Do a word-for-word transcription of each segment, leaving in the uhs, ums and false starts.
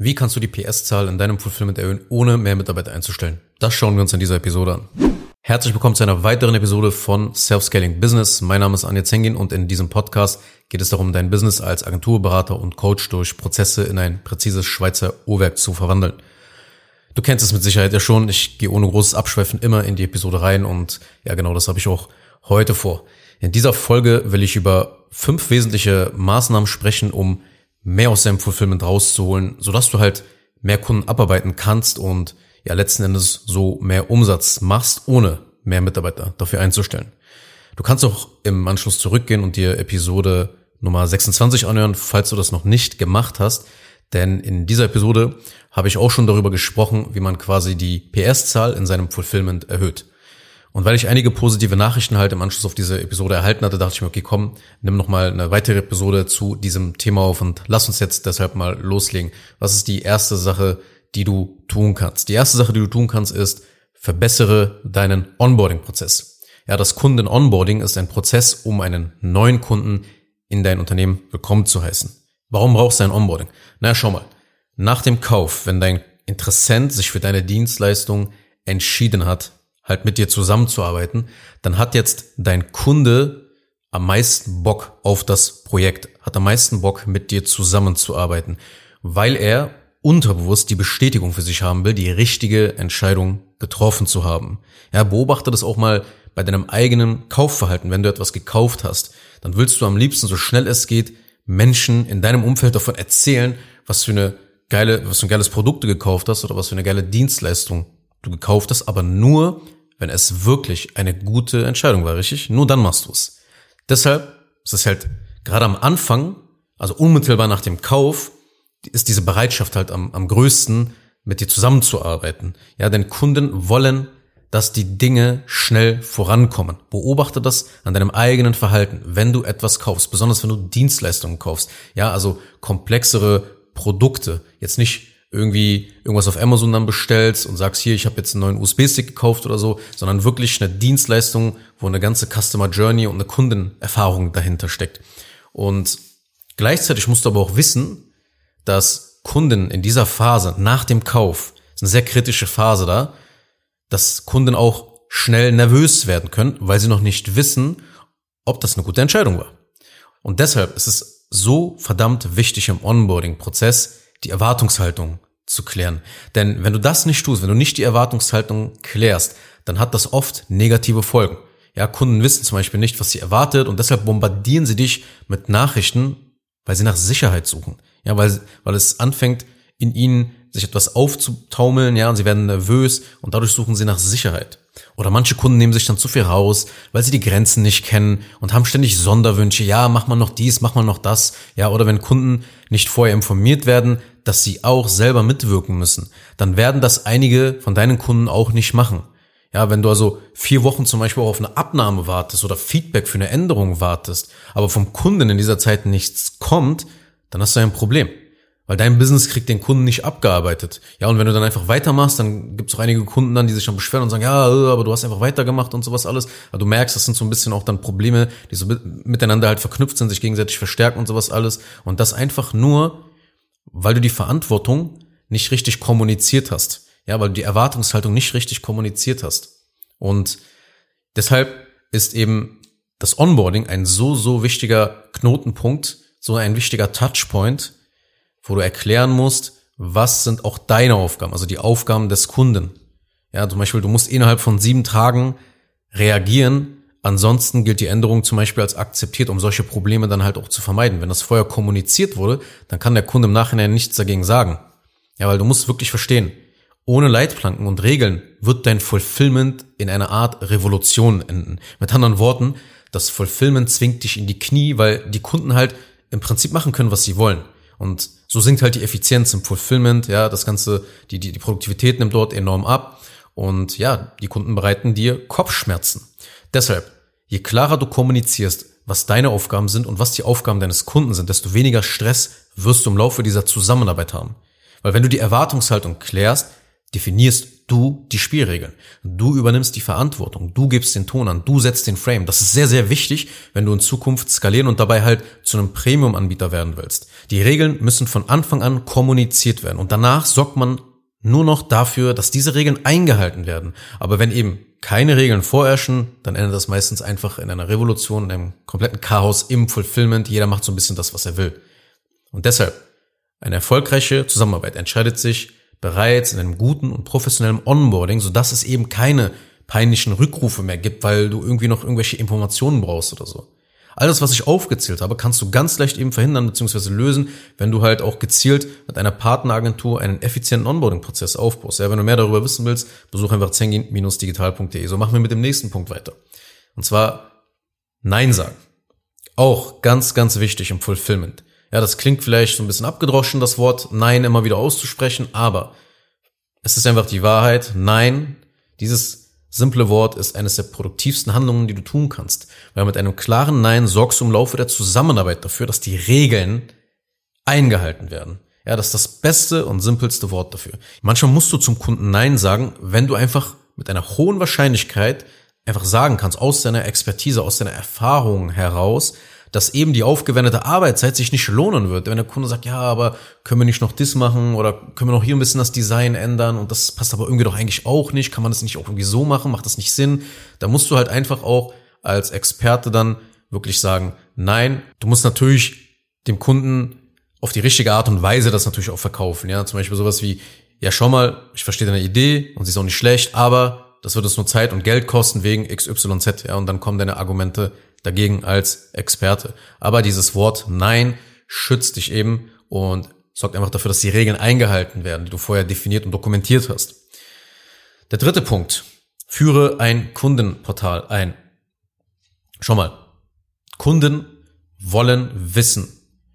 Wie kannst du die P S-Zahl in deinem Fulfillment erhöhen, ohne mehr Mitarbeiter einzustellen? Das schauen wir uns in dieser Episode an. Herzlich willkommen zu einer weiteren Episode von Self-Scaling Business. Mein Name ist Anja Zengin und in diesem Podcast geht es darum, dein Business als Agenturberater und Coach durch Prozesse in ein präzises Schweizer Uhrwerk zu verwandeln. Du kennst es mit Sicherheit ja schon. Ich gehe ohne großes Abschweifen immer in die Episode rein und ja, genau das habe ich auch heute vor. In dieser Folge will ich über fünf wesentliche Maßnahmen sprechen, um mehr aus deinem Fulfillment rauszuholen, sodass du halt mehr Kunden abarbeiten kannst und ja letzten Endes so mehr Umsatz machst, ohne mehr Mitarbeiter dafür einzustellen. Du kannst auch im Anschluss zurückgehen und dir Episode Nummer sechsundzwanzig anhören, falls du das noch nicht gemacht hast, denn in dieser Episode habe ich auch schon darüber gesprochen, wie man quasi die P S-Zahl in seinem Fulfillment erhöht. Und weil ich einige positive Nachrichten halt im Anschluss auf diese Episode erhalten hatte, dachte ich mir, okay, komm, nimm noch mal eine weitere Episode zu diesem Thema auf und lass uns jetzt deshalb mal loslegen. Was ist die erste Sache, die du tun kannst? Die erste Sache, die du tun kannst, ist, verbessere deinen Onboarding-Prozess. Ja, das Kunden-Onboarding ist ein Prozess, um einen neuen Kunden in dein Unternehmen willkommen zu heißen. Warum brauchst du ein Onboarding? Na, schau mal. Nach dem Kauf, wenn dein Interessent sich für deine Dienstleistung entschieden hat, halt mit dir zusammenzuarbeiten, dann hat jetzt dein Kunde am meisten Bock auf das Projekt, hat am meisten Bock mit dir zusammenzuarbeiten, weil er unterbewusst die Bestätigung für sich haben will, die richtige Entscheidung getroffen zu haben. Ja, beobachte das auch mal bei deinem eigenen Kaufverhalten. Wenn du etwas gekauft hast, dann willst du am liebsten, so schnell es geht, Menschen in deinem Umfeld davon erzählen, was für eine geile, was für ein geiles Produkt du gekauft hast oder was für eine geile Dienstleistung du gekauft hast, aber nur, wenn es wirklich eine gute Entscheidung war, richtig? Nur dann machst du es. Deshalb ist es halt gerade am Anfang, also unmittelbar nach dem Kauf, ist diese Bereitschaft halt am, am größten, mit dir zusammenzuarbeiten. Ja, denn Kunden wollen, dass die Dinge schnell vorankommen. Beobachte das an deinem eigenen Verhalten, wenn du etwas kaufst, besonders wenn du Dienstleistungen kaufst. Ja, also komplexere Produkte, jetzt nicht irgendwie irgendwas auf Amazon dann bestellst und sagst, hier, ich habe jetzt einen neuen U S B-Stick gekauft oder so, sondern wirklich eine Dienstleistung, wo eine ganze Customer Journey und eine Kundenerfahrung dahinter steckt. Und gleichzeitig musst du aber auch wissen, dass Kunden in dieser Phase nach dem Kauf, ist eine sehr kritische Phase da, dass Kunden auch schnell nervös werden können, weil sie noch nicht wissen, ob das eine gute Entscheidung war. Und deshalb ist es so verdammt wichtig im Onboarding-Prozess, die Erwartungshaltung zu klären. Denn wenn du das nicht tust, wenn du nicht die Erwartungshaltung klärst, dann hat das oft negative Folgen. Ja, Kunden wissen zum Beispiel nicht, was sie erwartet und deshalb bombardieren sie dich mit Nachrichten, weil sie nach Sicherheit suchen. Ja, weil, weil es anfängt, in ihnen sich etwas aufzutaumeln, ja, und sie werden nervös und dadurch suchen sie nach Sicherheit. Oder manche Kunden nehmen sich dann zu viel raus, weil sie die Grenzen nicht kennen und haben ständig Sonderwünsche. Ja, mach mal noch dies, mach mal noch das. Ja, oder wenn Kunden nicht vorher informiert werden, dass sie auch selber mitwirken müssen, dann werden das einige von deinen Kunden auch nicht machen. Ja, wenn du also vier Wochen zum Beispiel auch auf eine Abnahme wartest oder Feedback für eine Änderung wartest, aber vom Kunden in dieser Zeit nichts kommt, dann hast du ein Problem. Weil dein Business kriegt den Kunden nicht abgearbeitet. Ja, und wenn du dann einfach weitermachst, dann gibt es auch einige Kunden dann, die sich dann beschweren und sagen, ja, aber du hast einfach weitergemacht und sowas alles. Aber du merkst, das sind so ein bisschen auch dann Probleme, die so miteinander halt verknüpft sind, sich gegenseitig verstärken und sowas alles. Und das einfach nur, weil du die Verantwortung nicht richtig kommuniziert hast. Ja, weil du die Erwartungshaltung nicht richtig kommuniziert hast. Und deshalb ist eben das Onboarding ein so, so wichtiger Knotenpunkt, so ein wichtiger Touchpoint, wo du erklären musst, was sind auch deine Aufgaben, also die Aufgaben des Kunden. Ja, zum Beispiel, du musst innerhalb von sieben Tagen reagieren, ansonsten gilt die Änderung zum Beispiel als akzeptiert, um solche Probleme dann halt auch zu vermeiden. Wenn das vorher kommuniziert wurde, dann kann der Kunde im Nachhinein nichts dagegen sagen. Ja, weil du musst wirklich verstehen, ohne Leitplanken und Regeln wird dein Fulfillment in einer Art Revolution enden. Mit anderen Worten, das Fulfillment zwingt dich in die Knie, weil die Kunden halt im Prinzip machen können, was sie wollen. Und so sinkt halt die Effizienz im Fulfillment, ja, das Ganze, die, die, die Produktivität nimmt dort enorm ab und ja, die Kunden bereiten dir Kopfschmerzen. Deshalb, je klarer du kommunizierst, was deine Aufgaben sind und was die Aufgaben deines Kunden sind, desto weniger Stress wirst du im Laufe dieser Zusammenarbeit haben. Weil wenn du die Erwartungshaltung klärst, definierst du die Spielregeln. Du übernimmst die Verantwortung. Du gibst den Ton an. Du setzt den Frame. Das ist sehr, sehr wichtig, wenn du in Zukunft skalieren und dabei halt zu einem Premium-Anbieter werden willst. Die Regeln müssen von Anfang an kommuniziert werden und danach sorgt man nur noch dafür, dass diese Regeln eingehalten werden. Aber wenn eben keine Regeln vorherrschen, dann endet das meistens einfach in einer Revolution, in einem kompletten Chaos im Fulfillment. Jeder macht so ein bisschen das, was er will. Und deshalb, eine erfolgreiche Zusammenarbeit entscheidet sich bereits in einem guten und professionellen Onboarding, sodass es eben keine peinlichen Rückrufe mehr gibt, weil du irgendwie noch irgendwelche Informationen brauchst oder so. All das, was ich aufgezählt habe, kannst du ganz leicht eben verhindern bzw. lösen, wenn du halt auch gezielt mit einer Partneragentur einen effizienten Onboarding-Prozess aufbaust. Ja, wenn du mehr darüber wissen willst, besuch einfach zengin Bindestrich digital Punkt de. So machen wir mit dem nächsten Punkt weiter. Und zwar Nein sagen. Auch ganz, ganz wichtig im Fulfillment. Ja, das klingt vielleicht so ein bisschen abgedroschen, das Wort Nein immer wieder auszusprechen, aber es ist einfach die Wahrheit. Nein, dieses simple Wort ist eines der produktivsten Handlungen, die du tun kannst. Weil mit einem klaren Nein sorgst du im Laufe der Zusammenarbeit dafür, dass die Regeln eingehalten werden. Ja, das ist das beste und simpelste Wort dafür. Manchmal musst du zum Kunden Nein sagen, wenn du einfach mit einer hohen Wahrscheinlichkeit einfach sagen kannst, aus deiner Expertise, aus deiner Erfahrung heraus, dass eben die aufgewendete Arbeitszeit sich nicht lohnen wird. Wenn der Kunde sagt, ja, aber können wir nicht noch das machen oder können wir noch hier ein bisschen das Design ändern und das passt aber irgendwie doch eigentlich auch nicht, kann man das nicht auch irgendwie so machen, macht das nicht Sinn? Da musst du halt einfach auch als Experte dann wirklich sagen, nein, du musst natürlich dem Kunden auf die richtige Art und Weise das natürlich auch verkaufen. Ja, zum Beispiel sowas wie, ja, schau mal, ich verstehe deine Idee und sie ist auch nicht schlecht, aber das wird uns nur Zeit und Geld kosten wegen X Y Z. Ja, und dann kommen deine Argumente dagegen als Experte. Aber dieses Wort Nein schützt dich eben und sorgt einfach dafür, dass die Regeln eingehalten werden, die du vorher definiert und dokumentiert hast. Der dritte Punkt. Führe ein Kundenportal ein. Schau mal. Kunden wollen wissen,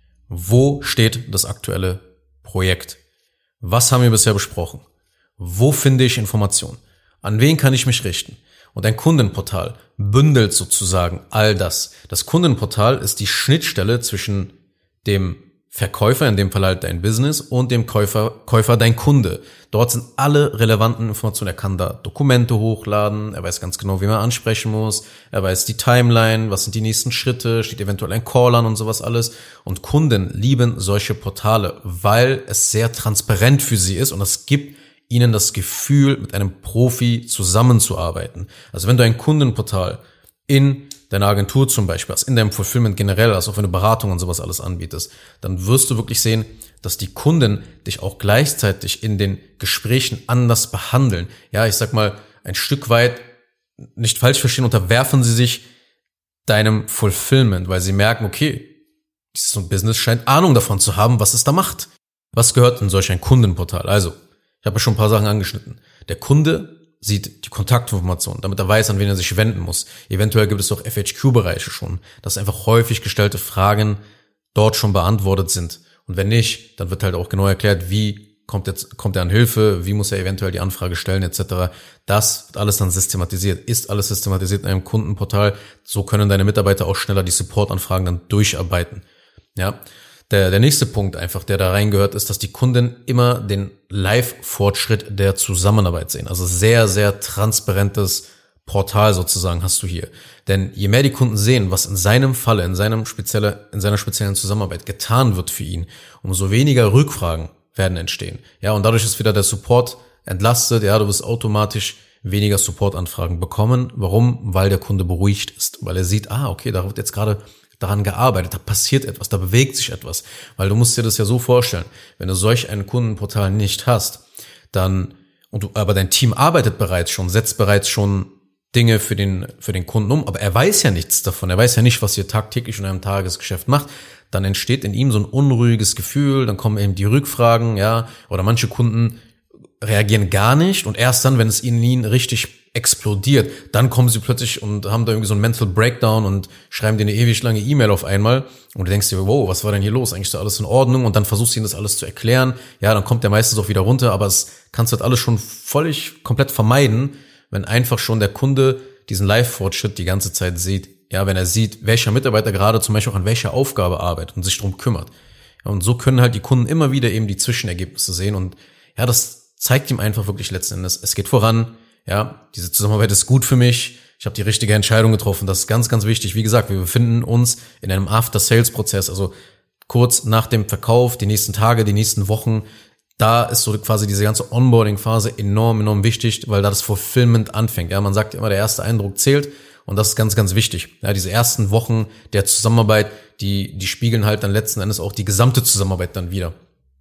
wo steht das aktuelle Projekt? Was haben wir bisher besprochen? Wo finde ich Informationen? An wen kann ich mich richten? Und ein Kundenportal bündelt sozusagen all das. Das Kundenportal ist die Schnittstelle zwischen dem Verkäufer, in dem Fall halt dein Business, und dem Käufer, Käufer dein Kunde. Dort sind alle relevanten Informationen. Er kann da Dokumente hochladen, er weiß ganz genau, wie man ansprechen muss, er weiß die Timeline, was sind die nächsten Schritte, steht eventuell ein Call an und sowas alles. Und Kunden lieben solche Portale, weil es sehr transparent für sie ist und es gibt ihnen das Gefühl, mit einem Profi zusammenzuarbeiten. Also wenn du ein Kundenportal in deiner Agentur zum Beispiel hast, in deinem Fulfillment generell, also auch wenn du Beratung und sowas alles anbietest, dann wirst du wirklich sehen, dass die Kunden dich auch gleichzeitig in den Gesprächen anders behandeln. Ja, ich sag mal, ein Stück weit, nicht falsch verstehen, unterwerfen sie sich deinem Fulfillment, weil sie merken, okay, dieses Business scheint Ahnung davon zu haben, was es da macht. Was gehört in solch ein Kundenportal? Also, ich habe ja schon ein paar Sachen angeschnitten. Der Kunde sieht die Kontaktinformationen, damit er weiß, an wen er sich wenden muss. Eventuell gibt es auch F H Q-Bereiche schon, dass einfach häufig gestellte Fragen dort schon beantwortet sind. Und wenn nicht, dann wird halt auch genau erklärt, wie kommt jetzt, kommt er an Hilfe, wie muss er eventuell die Anfrage stellen, et cetera. Das wird alles dann systematisiert, ist alles systematisiert in einem Kundenportal. So können deine Mitarbeiter auch schneller die Supportanfragen dann durcharbeiten. Ja. Der, der nächste Punkt einfach, der da reingehört, ist, dass die Kunden immer den Live-Fortschritt der Zusammenarbeit sehen. Also sehr, sehr transparentes Portal sozusagen hast du hier. Denn je mehr die Kunden sehen, was in seinem Falle, in seinem spezielle, in seiner speziellen Zusammenarbeit getan wird für ihn, umso weniger Rückfragen werden entstehen. Ja, und dadurch ist wieder der Support entlastet. Ja, du wirst automatisch weniger Supportanfragen bekommen. Warum? Weil der Kunde beruhigt ist. Weil er sieht, ah, okay, da wird jetzt gerade daran gearbeitet, da passiert etwas, da bewegt sich etwas. Weil du musst dir das ja so vorstellen, wenn du solch ein Kundenportal nicht hast, dann, und du, aber dein Team arbeitet bereits schon, setzt bereits schon Dinge für den, für den Kunden um, aber er weiß ja nichts davon, er weiß ja nicht, was ihr tagtäglich in eurem Tagesgeschäft macht, dann entsteht in ihm so ein unruhiges Gefühl, dann kommen eben die Rückfragen, ja, oder manche Kunden reagieren gar nicht und erst dann, wenn es in ihnen richtig explodiert, dann kommen sie plötzlich und haben da irgendwie so einen Mental Breakdown und schreiben dir eine ewig lange E-Mail auf einmal und du denkst dir, wow, was war denn hier los? Eigentlich ist da alles in Ordnung und dann versuchst du ihnen das alles zu erklären. Ja, dann kommt der meistens auch wieder runter, aber es kannst du halt alles schon völlig komplett vermeiden, wenn einfach schon der Kunde diesen Live-Fortschritt die ganze Zeit sieht. Ja, wenn er sieht, welcher Mitarbeiter gerade zum Beispiel auch an welcher Aufgabe arbeitet und sich drum kümmert. Ja, und so können halt die Kunden immer wieder eben die Zwischenergebnisse sehen und ja, das zeigt ihm einfach wirklich letzten Endes, es geht voran, ja, diese Zusammenarbeit ist gut für mich, ich habe die richtige Entscheidung getroffen, das ist ganz, ganz wichtig. Wie gesagt, wir befinden uns in einem After-Sales-Prozess, also kurz nach dem Verkauf, die nächsten Tage, die nächsten Wochen, da ist so quasi diese ganze Onboarding-Phase enorm, enorm wichtig, weil da das Fulfillment anfängt. Ja, man sagt immer, der erste Eindruck zählt und das ist ganz, ganz wichtig. Ja, diese ersten Wochen der Zusammenarbeit, die, die spiegeln halt dann letzten Endes auch die gesamte Zusammenarbeit dann wieder.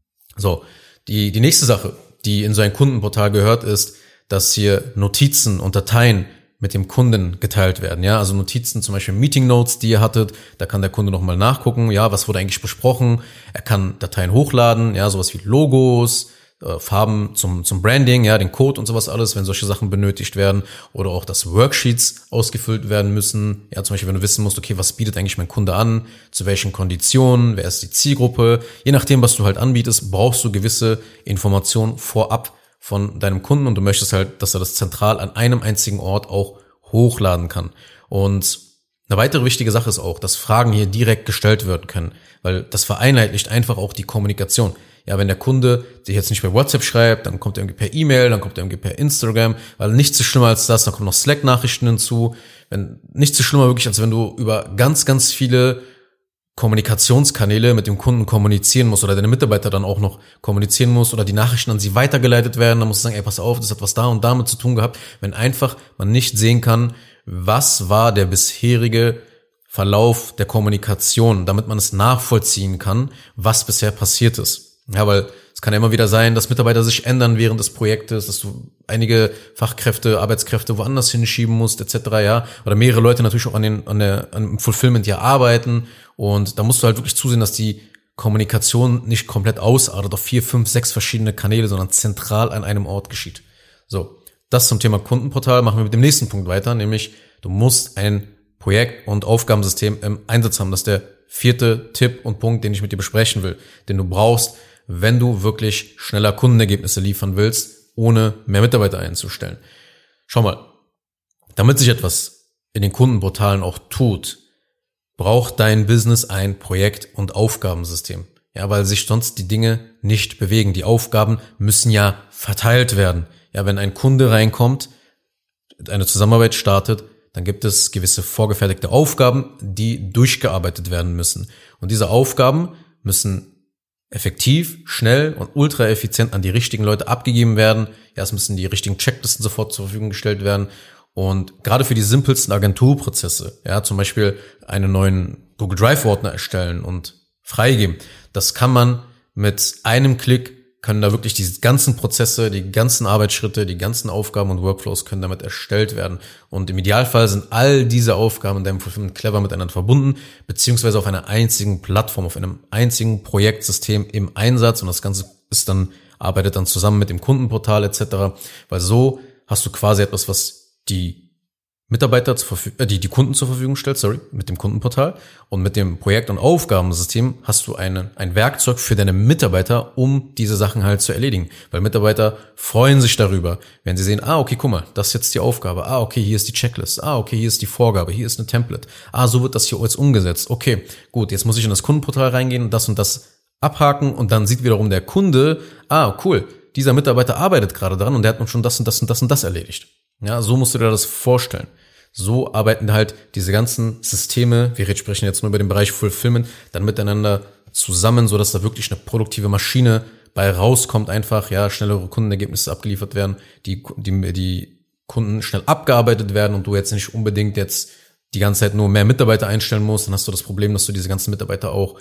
So, die, die nächste Sache, die in so ein Kundenportal gehört, ist, dass hier Notizen und Dateien mit dem Kunden geteilt werden, ja, also Notizen, zum Beispiel Meeting Notes, die ihr hattet, da kann der Kunde nochmal nachgucken, ja, was wurde eigentlich besprochen, er kann Dateien hochladen, ja, sowas wie Logos, äh, Farben zum zum Branding, ja, den Code und sowas alles, wenn solche Sachen benötigt werden, oder auch, dass Worksheets ausgefüllt werden müssen, ja, zum Beispiel, wenn du wissen musst, okay, was bietet eigentlich mein Kunde an, zu welchen Konditionen, wer ist die Zielgruppe, je nachdem, was du halt anbietest, brauchst du gewisse Informationen vorab von deinem Kunden und du möchtest halt, dass er das zentral an einem einzigen Ort auch hochladen kann. Und eine weitere wichtige Sache ist auch, dass Fragen hier direkt gestellt werden können, weil das vereinheitlicht einfach auch die Kommunikation. Ja, wenn der Kunde sich jetzt nicht per WhatsApp schreibt, dann kommt er irgendwie per E-Mail, dann kommt er irgendwie per Instagram, weil nichts ist schlimmer als das, dann kommen noch Slack-Nachrichten hinzu. Wenn, nichts ist schlimmer wirklich, als wenn du über ganz, ganz viele Kommunikationskanäle mit dem Kunden kommunizieren muss oder deine Mitarbeiter dann auch noch kommunizieren muss oder die Nachrichten an sie weitergeleitet werden, dann musst du sagen, ey, pass auf, das hat was da und damit zu tun gehabt, wenn einfach man nicht sehen kann, was war der bisherige Verlauf der Kommunikation, damit man es nachvollziehen kann, was bisher passiert ist. Ja, weil es kann ja immer wieder sein, dass Mitarbeiter sich ändern während des Projektes, dass du einige Fachkräfte, Arbeitskräfte woanders hinschieben musst, et cetera, ja, oder mehrere Leute natürlich auch an den an der an dem Fulfillment ja arbeiten. Und da musst du halt wirklich zusehen, dass die Kommunikation nicht komplett ausartet auf vier, fünf, sechs verschiedene Kanäle, sondern zentral an einem Ort geschieht. So, das zum Thema Kundenportal. Machen wir mit dem nächsten Punkt weiter, nämlich du musst ein Projekt- und Aufgabensystem im Einsatz haben. Das ist der vierte Tipp und Punkt, den ich mit dir besprechen will, den du brauchst, wenn du wirklich schneller Kundenergebnisse liefern willst, ohne mehr Mitarbeiter einzustellen. Schau mal, damit sich etwas in den Kundenportalen auch tut, braucht dein Business ein Projekt- und Aufgabensystem. Ja, weil sich sonst die Dinge nicht bewegen. Die Aufgaben müssen ja verteilt werden. Ja, wenn ein Kunde reinkommt, eine Zusammenarbeit startet, dann gibt es gewisse vorgefertigte Aufgaben, die durchgearbeitet werden müssen. Und diese Aufgaben müssen effektiv, schnell und ultra effizient an die richtigen Leute abgegeben werden. Ja, es müssen die richtigen Checklisten sofort zur Verfügung gestellt werden. Und gerade für die simpelsten Agenturprozesse, ja, zum Beispiel einen neuen Google Drive-Ordner erstellen und freigeben, das kann man mit einem Klick, können da wirklich die ganzen Prozesse, die ganzen Arbeitsschritte, die ganzen Aufgaben und Workflows können damit erstellt werden. Und im Idealfall sind all diese Aufgaben in deinem Fulfillment clever miteinander verbunden, beziehungsweise auf einer einzigen Plattform, auf einem einzigen Projektsystem im Einsatz. Und das Ganze ist dann, arbeitet dann zusammen mit dem Kundenportal et cetera. Weil so hast du quasi etwas, was die Mitarbeiter zur Verfügung, äh, die die Kunden zur Verfügung stellt, sorry, mit dem Kundenportal, und mit dem Projekt- und Aufgabensystem hast du eine, ein Werkzeug für deine Mitarbeiter, um diese Sachen halt zu erledigen. Weil Mitarbeiter freuen sich darüber, wenn sie sehen, ah, okay, guck mal, das ist jetzt die Aufgabe, ah, okay, hier ist die Checklist, ah, okay, hier ist die Vorgabe, hier ist eine Template, ah, so wird das hier jetzt umgesetzt, okay, gut, jetzt muss ich in das Kundenportal reingehen, das und das abhaken und dann sieht wiederum der Kunde, ah, cool, dieser Mitarbeiter arbeitet gerade dran und der hat noch schon das und das und das und das erledigt. Ja, so musst du dir das vorstellen. So arbeiten halt diese ganzen Systeme, wir sprechen jetzt nur über den Bereich Fulfillment, dann miteinander zusammen, so dass da wirklich eine produktive Maschine bei rauskommt, einfach, ja, schnellere Kundenergebnisse abgeliefert werden, die, die, die Kunden schnell abgearbeitet werden und du jetzt nicht unbedingt jetzt die ganze Zeit nur mehr Mitarbeiter einstellen musst, dann hast du das Problem, dass du diese ganzen Mitarbeiter auch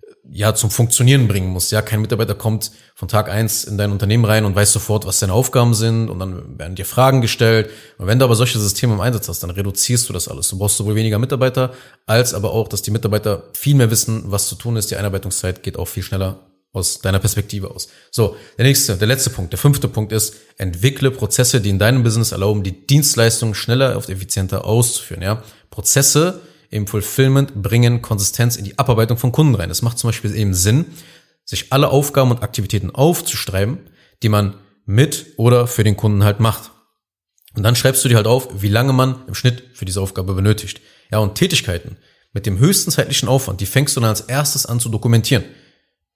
ja zum Funktionieren bringen musst. Ja, kein Mitarbeiter kommt von Tag eins in dein Unternehmen rein und weiß sofort, was deine Aufgaben sind und dann werden dir Fragen gestellt. Und wenn du aber solche Systeme im Einsatz hast, dann reduzierst du das alles. Du brauchst sowohl weniger Mitarbeiter, als aber auch, dass die Mitarbeiter viel mehr wissen, was zu tun ist. Die Einarbeitungszeit geht auch viel schneller aus deiner Perspektive aus. So, der nächste, der letzte Punkt, der fünfte Punkt ist, entwickle Prozesse, die in deinem Business erlauben, die Dienstleistungen schneller und effizienter auszuführen. Ja, Prozesse im Fulfillment bringen Konsistenz in die Abarbeitung von Kunden rein. Es macht zum Beispiel eben Sinn, sich alle Aufgaben und Aktivitäten aufzuschreiben, die man mit oder für den Kunden halt macht. Und dann schreibst du dir halt auf, wie lange man im Schnitt für diese Aufgabe benötigt. Ja, und Tätigkeiten mit dem höchsten zeitlichen Aufwand, die fängst du dann als erstes an zu dokumentieren.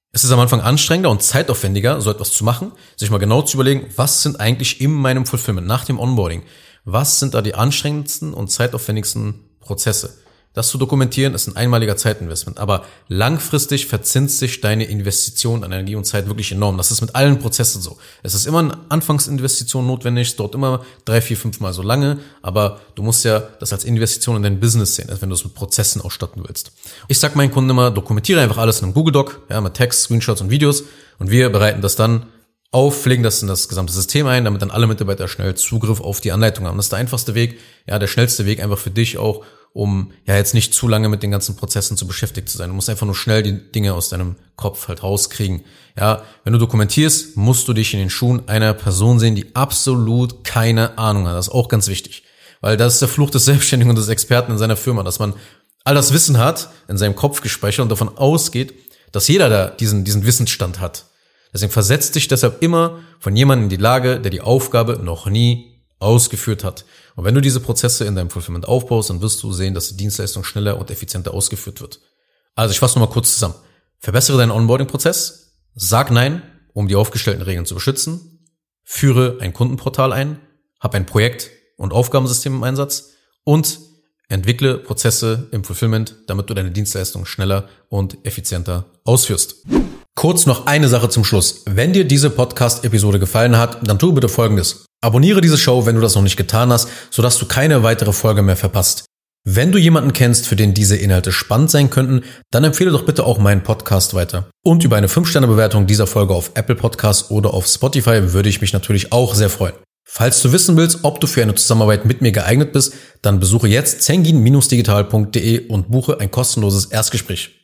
Es ist am Anfang anstrengender und zeitaufwendiger, so etwas zu machen, sich mal genau zu überlegen, was sind eigentlich in meinem Fulfillment nach dem Onboarding? Was sind da die anstrengendsten und zeitaufwendigsten Prozesse? Das zu dokumentieren ist ein einmaliger Zeitinvestment, aber langfristig verzinst sich deine Investition an Energie und Zeit wirklich enorm. Das ist mit allen Prozessen so. Es ist immer eine Anfangsinvestition notwendig, es dauert immer drei, vier, fünf Mal so lange, aber du musst ja das als Investition in dein Business sehen, als wenn du es mit Prozessen ausstatten willst. Ich sag meinen Kunden immer, dokumentiere einfach alles in einem Google Doc, ja, mit Text, Screenshots und Videos, und wir bereiten das dann auf, pflegen das in das gesamte System ein, damit dann alle Mitarbeiter schnell Zugriff auf die Anleitung haben. Das ist der einfachste Weg, ja, der schnellste Weg einfach für dich auch, um ja jetzt nicht zu lange mit den ganzen Prozessen zu beschäftigt zu sein. Du musst einfach nur schnell die Dinge aus deinem Kopf halt rauskriegen. Ja, wenn du dokumentierst, musst du dich in den Schuhen einer Person sehen, die absolut keine Ahnung hat. Das ist auch ganz wichtig, weil das ist der Fluch des Selbstständigen und des Experten in seiner Firma, dass man all das Wissen hat in seinem Kopf gespeichert und davon ausgeht, dass jeder da diesen diesen Wissensstand hat. Deswegen versetzt dich deshalb immer von jemandem in die Lage, der die Aufgabe noch nie ausgeführt hat. Und wenn du diese Prozesse in deinem Fulfillment aufbaust, dann wirst du sehen, dass die Dienstleistung schneller und effizienter ausgeführt wird. Also ich fasse nochmal kurz zusammen. Verbessere deinen Onboarding-Prozess, sag Nein, um die aufgestellten Regeln zu beschützen, führe ein Kundenportal ein, hab ein Projekt- und Aufgabensystem im Einsatz und entwickle Prozesse im Fulfillment, damit du deine Dienstleistung schneller und effizienter ausführst. Kurz noch eine Sache zum Schluss. Wenn dir diese Podcast-Episode gefallen hat, dann tu bitte Folgendes. Abonniere diese Show, wenn du das noch nicht getan hast, sodass du keine weitere Folge mehr verpasst. Wenn du jemanden kennst, für den diese Inhalte spannend sein könnten, dann empfehle doch bitte auch meinen Podcast weiter. Und über eine fünf Sterne Bewertung dieser Folge auf Apple Podcasts oder auf Spotify würde ich mich natürlich auch sehr freuen. Falls du wissen willst, ob du für eine Zusammenarbeit mit mir geeignet bist, dann besuche jetzt zengin Bindestrich digital Punkt de und buche ein kostenloses Erstgespräch.